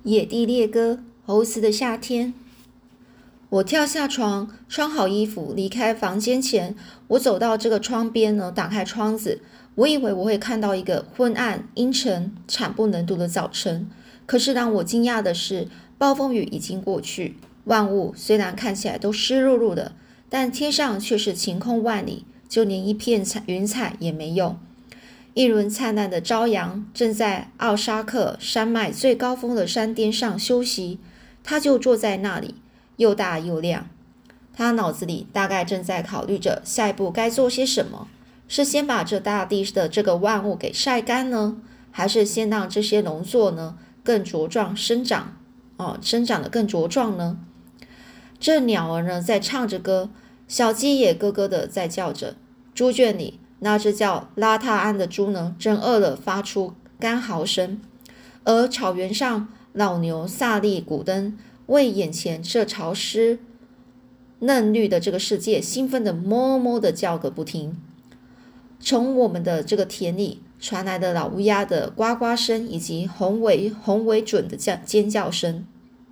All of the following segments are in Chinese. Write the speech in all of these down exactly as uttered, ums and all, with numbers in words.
野地猎歌，猴子的夏天。我跳下床，穿好衣服，离开房间前，我走到这个窗边呢，打开窗子。我以为我会看到一个昏暗、阴沉、惨不忍睹的早晨。可是让我惊讶的是，暴风雨已经过去，万物虽然看起来都湿漉漉的，但天上却是晴空万里，就连一片云彩也没有。一轮灿烂的朝阳正在奥沙克山脉最高峰的山巅上休息，他就坐在那里，又大又亮。他脑子里大概正在考虑着下一步该做些什么，是先把这大地的这个万物给晒干呢，还是先让这些农作呢更茁壮生长，哦，生长得更茁壮呢？这鸟儿呢在唱着歌，小鸡也咯咯的在叫着。猪圈里那只叫拉塔安的猪呢，正饿了发出干嚎声，而草原上老牛萨利古登为眼前这潮湿嫩绿的这个世界兴奋的哞哞的叫个不停。从我们的这个田里传来的老乌鸦的呱呱声，以及宏伟宏伟准的尖叫声。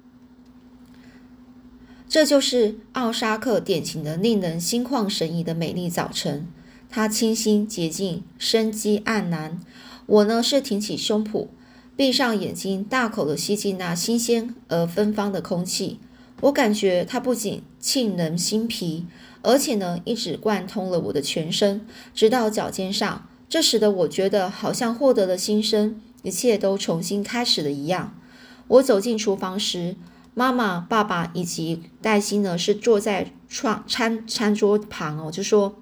这就是奥沙克典型的令人心旷神怡的美丽早晨，它清新洁净，生机盎然。我呢是挺起胸脯，闭上眼睛，大口的吸进那新鲜而芬芳的空气。我感觉它不仅沁人心脾，而且呢一直贯通了我的全身，直到脚尖上。这使得我觉得好像获得了新生，一切都重新开始了一样。我走进厨房时，妈妈、爸爸以及黛西呢是坐在餐餐桌旁哦，就说：“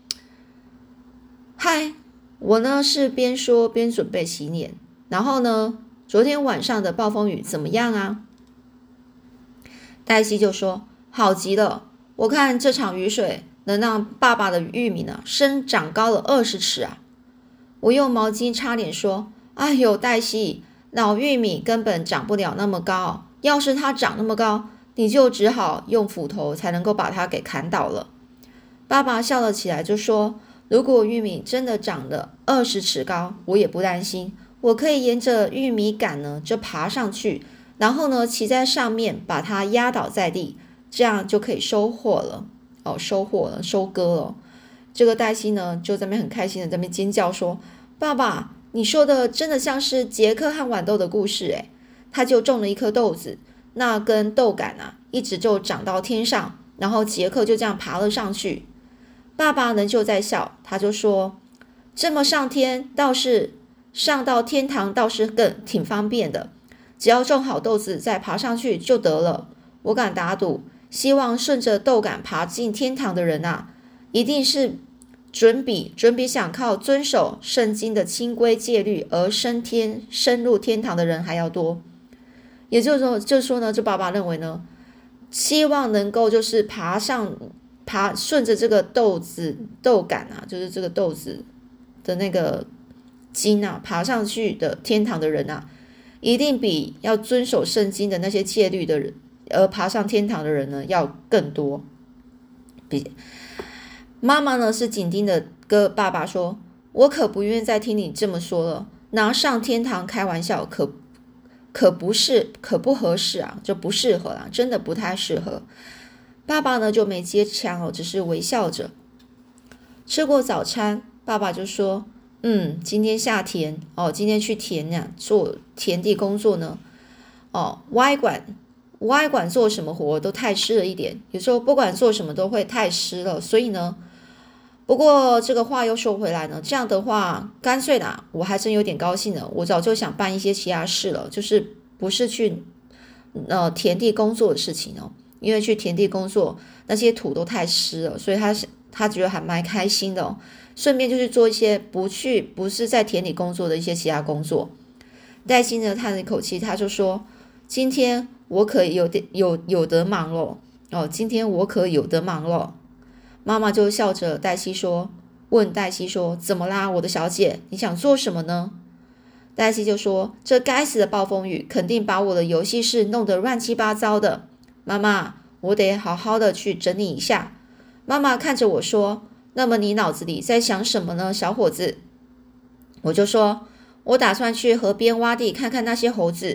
嗨，我呢是边说边准备洗脸。然后呢，昨天晚上的暴风雨怎么样啊？”黛西就说：“好极了，我看这场雨水能让爸爸的玉米呢生长高了二十尺啊！”我用毛巾擦脸说：“哎呦，黛西，老玉米根本长不了那么高。要是它长那么高，你就只好用斧头才能够把它给砍倒了。”爸爸笑了起来，就说：“如果玉米真的长了二十尺高，我也不担心，我可以沿着玉米杆呢就爬上去，然后呢骑在上面把它压倒在地，这样就可以收获了。哦，收获了，收割了。”这个黛西呢就在那边很开心的在那边尖叫说：“爸爸，你说的真的像是杰克和豌豆的故事诶。”他就种了一颗豆子，那根豆杆啊一直就长到天上，然后杰克就这样爬了上去。爸爸呢就在笑，他就说：“这么上天倒是上到天堂倒是更挺方便的，只要种好豆子再爬上去就得了。我敢打赌，希望顺着豆杆爬进天堂的人啊，一定是准比准比想靠遵守圣经的清规戒律而升天升入天堂的人还要多。”也就是说，就是说呢，这爸爸认为呢，希望能够就是爬上爬顺着这个豆子豆杆啊，就是这个豆子的那个茎啊，爬上去的天堂的人啊，一定比要遵守圣经的那些戒律的人而爬上天堂的人呢要更多。比妈妈呢是紧盯的跟爸爸说：“我可不愿意再听你这么说了，拿上天堂开玩笑可可不是可不合适啊，就不适合啦，真的不太适合。”爸爸呢就没接腔哦，只是微笑着。吃过早餐，爸爸就说：“嗯，今天下田哦，今天去田呀、啊、做田地工作呢。哦，歪管歪管做什么活都太湿了一点，有时候不管做什么都会太湿了，所以呢。”不过这个话又说回来呢，这样的话干脆啦，我还真有点高兴了。我早就想办一些其他事了，就是不是去呃田地工作的事情哦，因为去田地工作那些土都太湿了，所以他他觉得还蛮开心的哦。顺便就是做一些不去不是在田里工作的一些其他工作。黛西呢叹了一口气，他就说：“今天我可有点有有得忙了哦，今天我可有得忙了。”妈妈就笑着黛西说，问黛西说：“怎么啦，我的小姐，你想做什么呢？”黛西就说：“这该死的暴风雨肯定把我的游戏室弄得乱七八糟的，妈妈，我得好好的去整理一下。”妈妈看着我说：“那么你脑子里在想什么呢，小伙子？”我就说：“我打算去河边洼地看看那些猴子，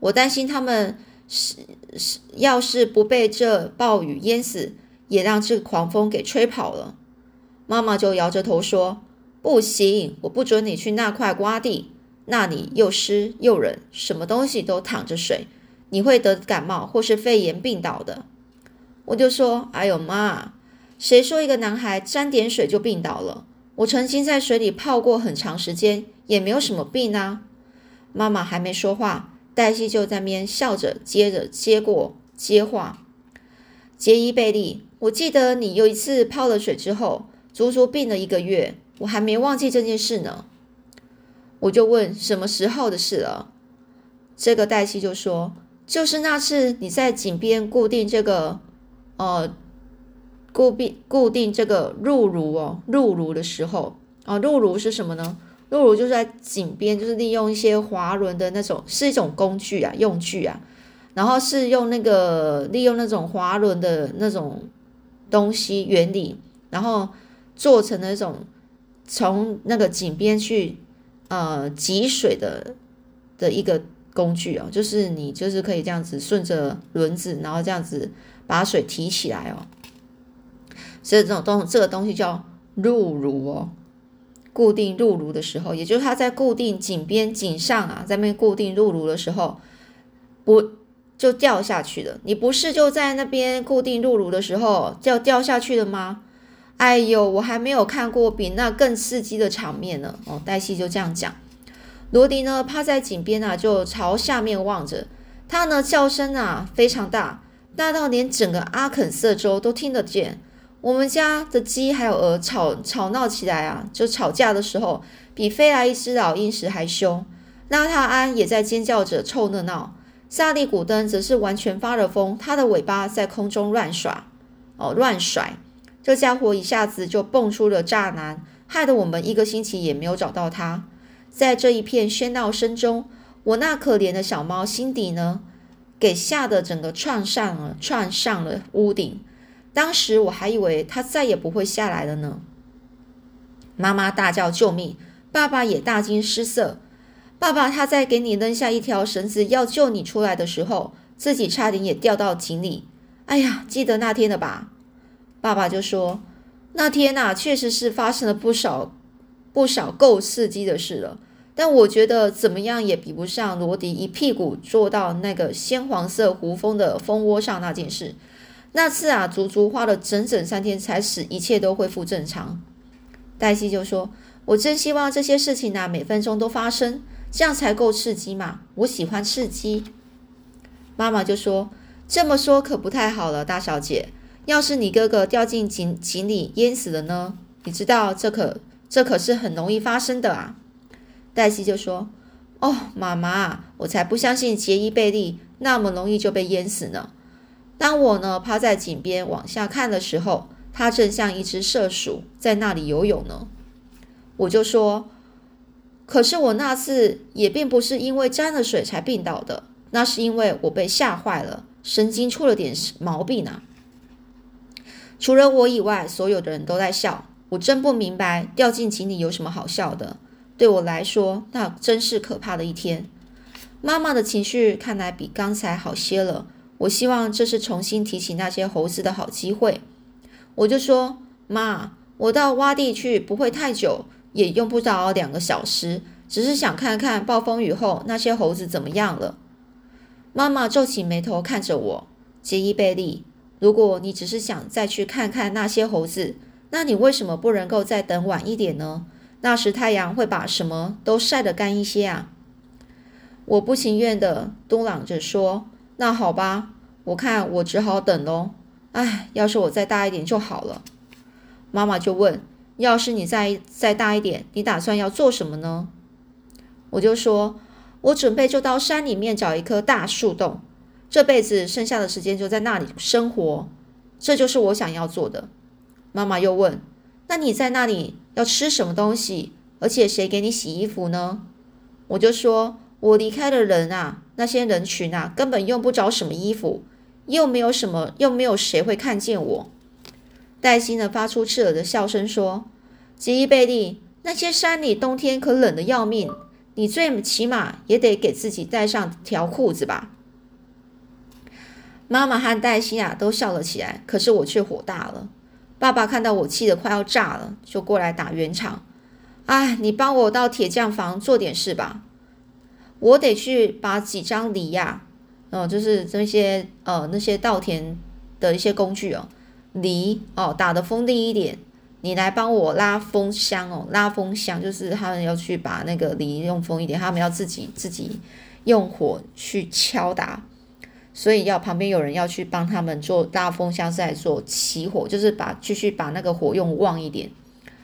我担心他们是是要是不被这暴雨淹死，也让这狂风给吹跑了。妈妈就摇着头说，不行，我不准你去那块洼地，那里又湿又冷，什么东西都淌着水，你会得感冒或是肺炎病倒的。我就说，哎呦妈，谁说一个男孩沾点水就病倒了？我曾经在水里泡过很长时间，也没有什么病啊。妈妈还没说话，黛西就在那边笑着接着接过接话。杰伊贝利，我记得你有一次泡了水之后，足足病了一个月，我还没忘记这件事呢。我就问什么时候的事了？这个黛西就说，就是那次你在井边固定这个呃固定固定这个入炉哦，入炉的时候哦，入炉是什么呢？入炉就是在井边，就是利用一些滑轮的那种，是一种工具啊，用具啊，然后是用那个利用那种滑轮的那种东西原理，然后做成那种从那个井边去呃集水的的一个工具哦，就是你就是可以这样子顺着轮子，然后这样子把水提起来哦。所以这种东这个东西叫入炉哦，固定入炉的时候，也就是它在固定井边井上啊，在那边固定入炉的时候，不就掉下去了？你不是就在那边固定入炉的时候就掉下去了吗？哎呦，我还没有看过比那更刺激的场面呢。哦，黛西就这样讲。罗迪呢，趴在井边啊，就朝下面望着。他呢，叫声啊非常大，大到连整个阿肯色州都听得见。我们家的鸡还有鹅吵吵闹起来啊，就吵架的时候，比飞来一只老鹰时还凶。拉塔安也在尖叫着凑热闹。萨利古登则是完全发了疯，他的尾巴在空中乱耍，哦，乱甩。这家伙一下子就蹦出了栅栏，害得我们一个星期也没有找到他。在这一片喧闹声中，我那可怜的小猫辛迪呢，给吓得整个窜上了窜上了屋顶。当时我还以为他再也不会下来了呢。妈妈大叫救命，爸爸也大惊失色。爸爸他在给你扔下一条绳子要救你出来的时候，自己差点也掉到井里。哎呀，记得那天了吧？爸爸就说，那天啊，确实是发生了不少不少够刺激的事了，但我觉得怎么样也比不上罗迪一屁股坐到那个鲜黄色胡蜂的蜂窝上那件事。那次啊，足足花了整整三天才使一切都恢复正常。黛西就说，我真希望这些事情啊，每分钟都发生，这样才够刺激嘛，我喜欢刺激。妈妈就说，这么说可不太好了，大小姐，要是你哥哥掉进井井里淹死了呢？你知道这可这可是很容易发生的啊。黛西就说，哦，妈妈，我才不相信杰伊贝利那么容易就被淹死呢。当我呢趴在井边往下看的时候，它正像一只麝鼠在那里游泳呢。我就说，可是我那次也并不是因为沾了水才病倒的，那是因为我被吓坏了，神经出了点毛病啊。除了我以外，所有的人都在笑。我真不明白掉进井里有什么好笑的。对我来说，那真是可怕的一天。妈妈的情绪看来比刚才好些了。我希望这是重新提起那些猴子的好机会。我就说，妈，我到洼地去不会太久，也用不着两个小时，只是想看看暴风雨后那些猴子怎么样了。妈妈皱起眉头看着我，杰伊贝利，如果你只是想再去看看那些猴子，那你为什么不能够再等晚一点呢？那时太阳会把什么都晒得干一些啊。我不情愿地嘟囔着说，那好吧，我看我只好等咯。唉，要是我再大一点就好了。妈妈就问，要是你再再大一点，你打算要做什么呢？我就说，我准备就到山里面找一棵大树洞，这辈子剩下的时间就在那里生活，这就是我想要做的。妈妈又问，那你在那里要吃什么东西？而且谁给你洗衣服呢？我就说，我离开的人啊，那些人群啊，根本用不着什么衣服，又没有什么，又没有谁会看见我。黛西呢，发出刺耳的笑声说，杰伊贝利，那些山里冬天可冷得要命， 你最起码也得给自己带上条裤子吧。妈妈和黛西啊都笑了起来，可是我却火大了。爸爸看到我气得快要炸了，就过来打圆场。哎，你帮我到铁匠房做点事吧，我得去把几张梨呀、啊，哦，就是那些呃那些稻田的一些工具哦，梨哦打得锋利一点，你来帮我拉风箱哦，拉风箱就是他们要去把那个梨用锋一点，他们要自己自己用火去敲打。所以要旁边有人要去帮他们做拉风箱，是在做起火，就是把继续把那个火用旺一点。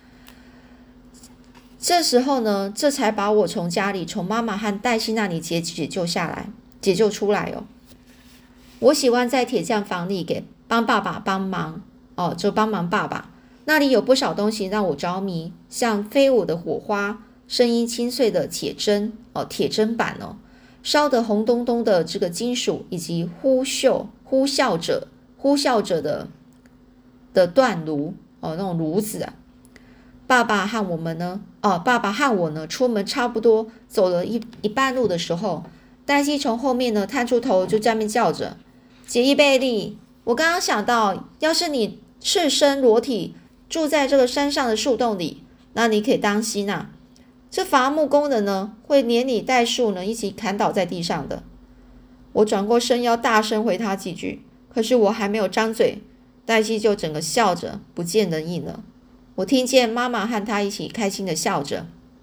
这时候呢，这才把我从家里从妈妈和黛西那里解解救下来，解救出来哦。我喜欢在铁匠房里给帮爸爸帮忙哦，就帮忙爸爸。那里有不少东西让我着迷，像飞舞的火花、声音清脆的铁针哦，铁砧板哦。烧得红咚咚的这个金属，以及呼啸呼啸着呼啸着的的锻炉哦，那种炉子啊。爸爸和我们呢，哦，爸爸和我呢，出门差不多走了一一半路的时候，黛西从后面呢探出头，就在那边叫着：“杰伊贝利，我刚刚想到，要是你赤身裸体住在这个山上的树洞里，那你可以当心啊。这伐木工人呢，会连你带树呢一起砍倒在地上的。”我转过身要大声回他几句，可是我还没有张嘴，黛西就整个笑着不见人影了。我听见妈妈和她一起开心的笑着，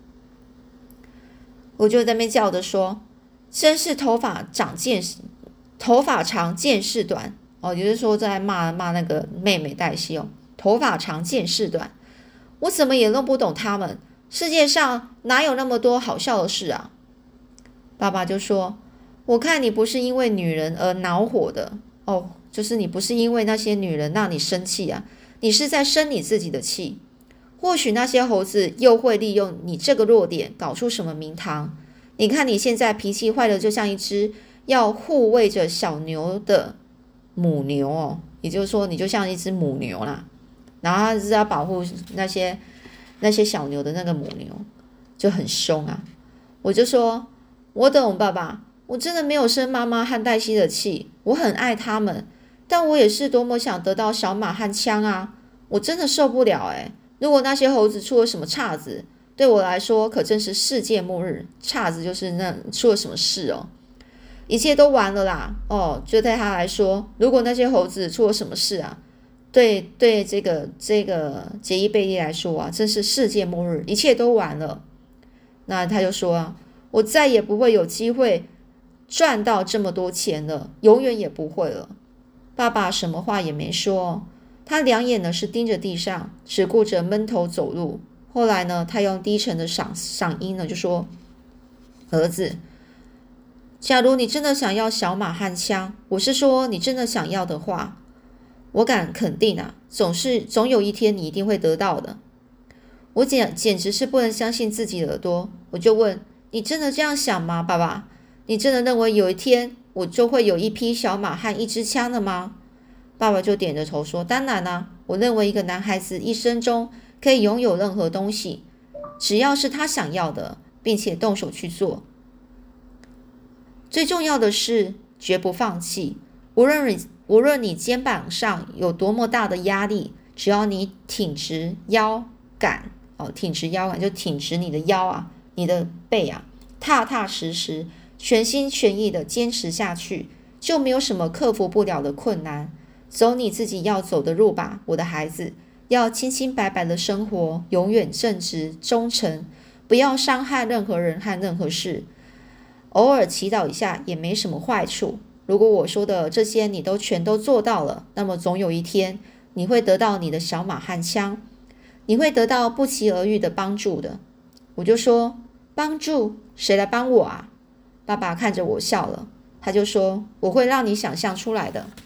我就在那边叫着说：“真是头发长见识，头发长见识短。”哦，也就是说在骂骂那个妹妹黛西哦，头发长见识短。我怎么也弄不懂他们。世界上哪有那么多好笑的事啊？爸爸就说：“我看你不是因为女人而恼火的哦，就是你不是因为那些女人让你生气啊，你是在生你自己的气。或许那些猴子又会利用你这个弱点搞出什么名堂。你看你现在脾气坏的就像一只要护卫着小牛的母牛哦，也就是说你就像一只母牛啦，然后它是要保护那些。”那些小牛的那个母牛就很凶啊。我就说：“我懂爸爸，我真的没有生妈妈和黛西的气，我很爱他们，但我也是多么想得到小马和枪啊！我真的受不了诶，如果那些猴子出了什么岔子，对我来说可真是世界末日。岔子就是那出了什么事哦，一切都完了啦哦。就对他来说，如果那些猴子出了什么事啊，对对，这个这个杰伊贝利来说啊，真是世界末日，一切都完了。”那他就说啊：“我再也不会有机会赚到这么多钱了，永远也不会了。”爸爸什么话也没说，他两眼呢是盯着地上，只顾着闷头走路。后来呢，他用低沉的嗓嗓音呢就说：“儿子，假如你真的想要小马和枪，我是说你真的想要的话，我敢肯定啊，总是总有一天你一定会得到的。”我简简直是不能相信自己的耳朵，我就问：“你真的这样想吗，爸爸？你真的认为有一天我就会有一匹小马和一支枪的吗？”爸爸就点着头说：“当然啦，我认为一个男孩子一生中可以拥有任何东西，只要是他想要的，并且动手去做。最重要的是绝不放弃，无论你无论你肩膀上有多么大的压力，只要你挺直腰杆哦，挺直腰杆就挺直你的腰啊，你的背啊，踏踏实实、全心全意的坚持下去，就没有什么克服不了的困难。走你自己要走的路吧，我的孩子，要清清白白的生活，永远正直忠诚，不要伤害任何人和任何事。偶尔祈祷一下也没什么坏处。如果我说的这些你都全都做到了，那么总有一天你会得到你的小马和枪，你会得到不期而遇的帮助的。”我就说：“帮助？谁来帮我啊？”爸爸看着我笑了，他就说：“我会让你想象出来的。”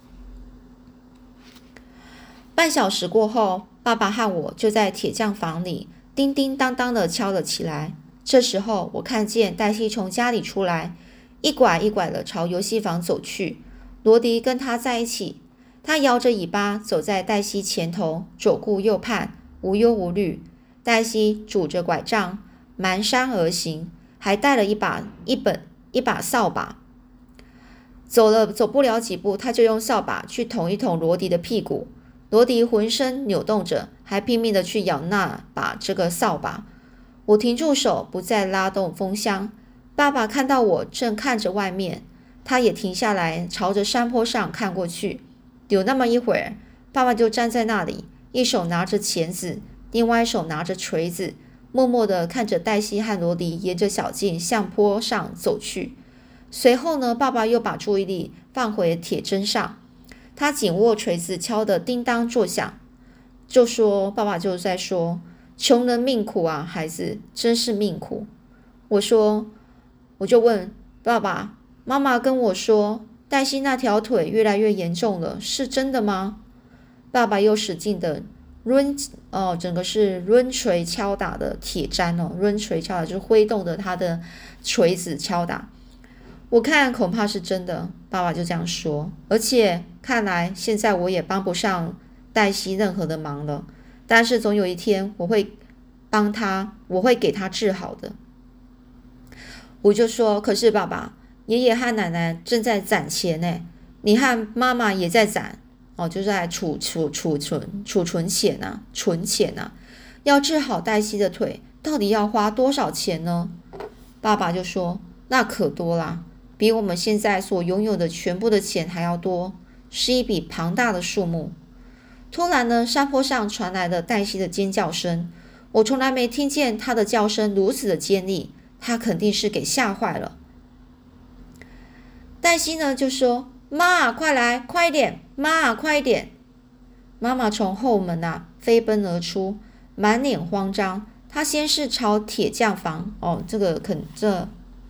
半小时过后，爸爸和我就在铁匠房里叮叮当当的敲了起来。这时候我看见黛西从家里出来，一拐一拐的朝游戏房走去。罗迪跟他在一起，他摇着尾巴走在黛西前头，左顾右盼，无忧无虑。黛西拄着拐杖蹒跚而行， 还带了一把一本一把扫把。走了走不了几步，他就用扫把去捅一捅罗迪的屁股。罗迪浑身扭动着，还拼命的去咬那把这个扫把。我停住手，不再拉动风箱。爸爸看到我正看着外面，他也停下来，朝着山坡上看过去。有那么一会儿，爸爸就站在那里，一手拿着钳子，另外一手拿着锤子，默默地看着黛西和罗迪沿着小径向坡上走去。随后呢，爸爸又把注意力放回铁砧上，他紧握锤子，敲得叮当作响，就说：“爸爸就在说，穷人命苦啊，孩子，真是命苦。”我说，我就问爸爸，妈妈跟我说，黛西那条腿越来越严重了，是真的吗？爸爸又使劲的抡，哦，整个是抡锤敲打的铁砧哦，抡锤敲打就是挥动的他的锤子敲打。我看恐怕是真的，爸爸就这样说。而且看来现在我也帮不上黛西任何的忙了，但是总有一天我会帮他，我会给他治好的。我就说，可是爸爸，爷爷和奶奶正在攒钱呢，你和妈妈也在攒哦，就在储储储存储存钱啊，存钱啊。要治好黛西的腿，到底要花多少钱呢？爸爸就说，那可多啦，比我们现在所拥有的全部的钱还要多，是一笔庞大的数目。突然呢，山坡上传来了黛西的尖叫声，我从来没听见她的叫声如此的尖利，她肯定是给吓坏了。黛西呢就说：“妈，快来，快一点！妈，快一点！”妈妈从后门啊飞奔而出，满脸慌张。她先是朝铁匠房，哦，这个肯这，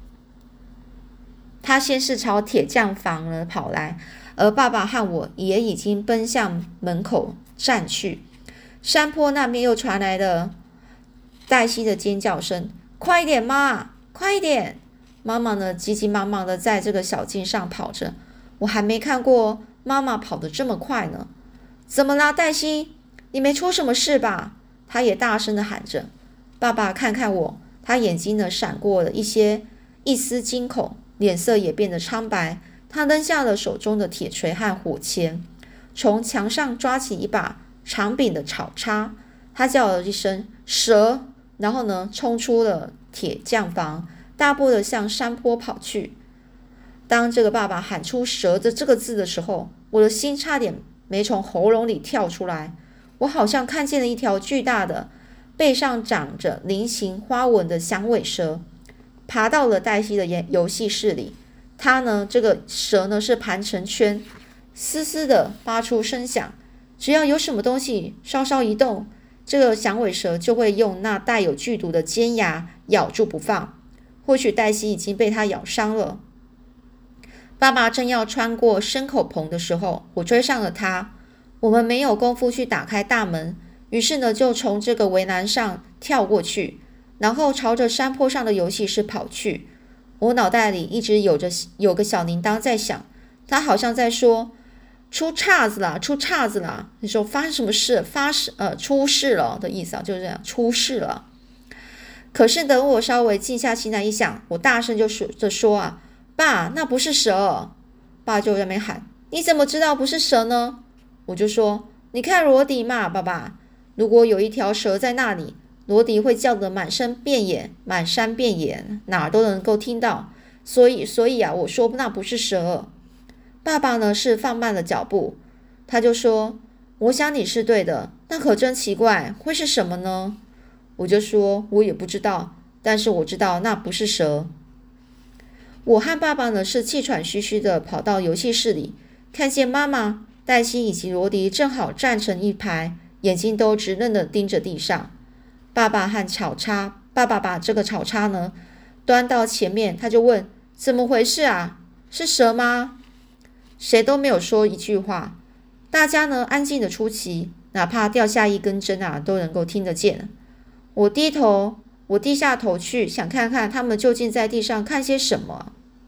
她先是朝铁匠房呢跑来，而爸爸和我也已经奔向门口站去。山坡那边又传来了黛西的尖叫声：“快一点，妈，快一点！”妈妈呢，急急忙忙的在这个小径上跑着，我还没看过妈妈跑得这么快呢。怎么啦，黛西？你没出什么事吧？她也大声的喊着。爸爸看看我，他眼睛呢闪过了一些一丝惊恐，脸色也变得苍白。他扔下了手中的铁锤和火钳，从墙上抓起一把长柄的草叉，他叫了一声蛇，然后呢冲出了铁匠房，大步的向山坡跑去。当这个爸爸喊出蛇的这个字的时候，我的心差点没从喉咙里跳出来。我好像看见了一条巨大的背上长着菱形花纹的响尾蛇，爬到了黛西的游戏室里。它呢，这个蛇呢是盘成圈，嘶嘶的发出声响。只要有什么东西稍稍一动，这个响尾蛇就会用那带有剧毒的尖牙咬住不放。或许黛西已经被它咬伤了。爸爸正要穿过牲口棚的时候，我追上了他。我们没有功夫去打开大门，于是呢就从这个围栏上跳过去，然后朝着山坡上的游戏室跑去。我脑袋里一直有着有个小铃铛在响，他好像在说出岔子了，出岔子了。你说发生什么事？发事呃出事了的意思啊，就是这样，出事了。可是等我稍微静下心来一想，我大声就说着说啊，爸，那不是蛇。爸就在那边喊，你怎么知道不是蛇呢？我就说，你看罗迪嘛，爸爸，如果有一条蛇在那里，罗迪会叫得满身遍野，满山遍野，哪儿都能够听到。所以，所以啊，我说那不是蛇。爸爸呢是放慢了脚步，他就说，我想你是对的，那可真奇怪，会是什么呢？我就说，我也不知道，但是我知道那不是蛇。我和爸爸呢是气喘吁吁的跑到游戏室里，看见妈妈、黛西以及罗迪正好站成一排，眼睛都直愣的盯着地上。爸爸和草叉，爸爸把这个草叉呢端到前面，他就问，怎么回事啊？是蛇吗？谁都没有说一句话，大家呢安静的出奇，哪怕掉下一根针啊都能够听得见。我低头，我低下头去，想看看他们究竟在地上看些什么。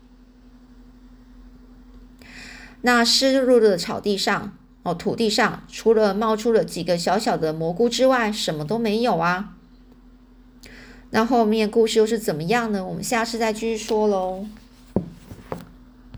那湿漉漉的草地上，哦，土地上，除了冒出了几个小小的蘑菇之外，什么都没有啊。 那后面故事又是怎么样呢？我们下次再继续说喽。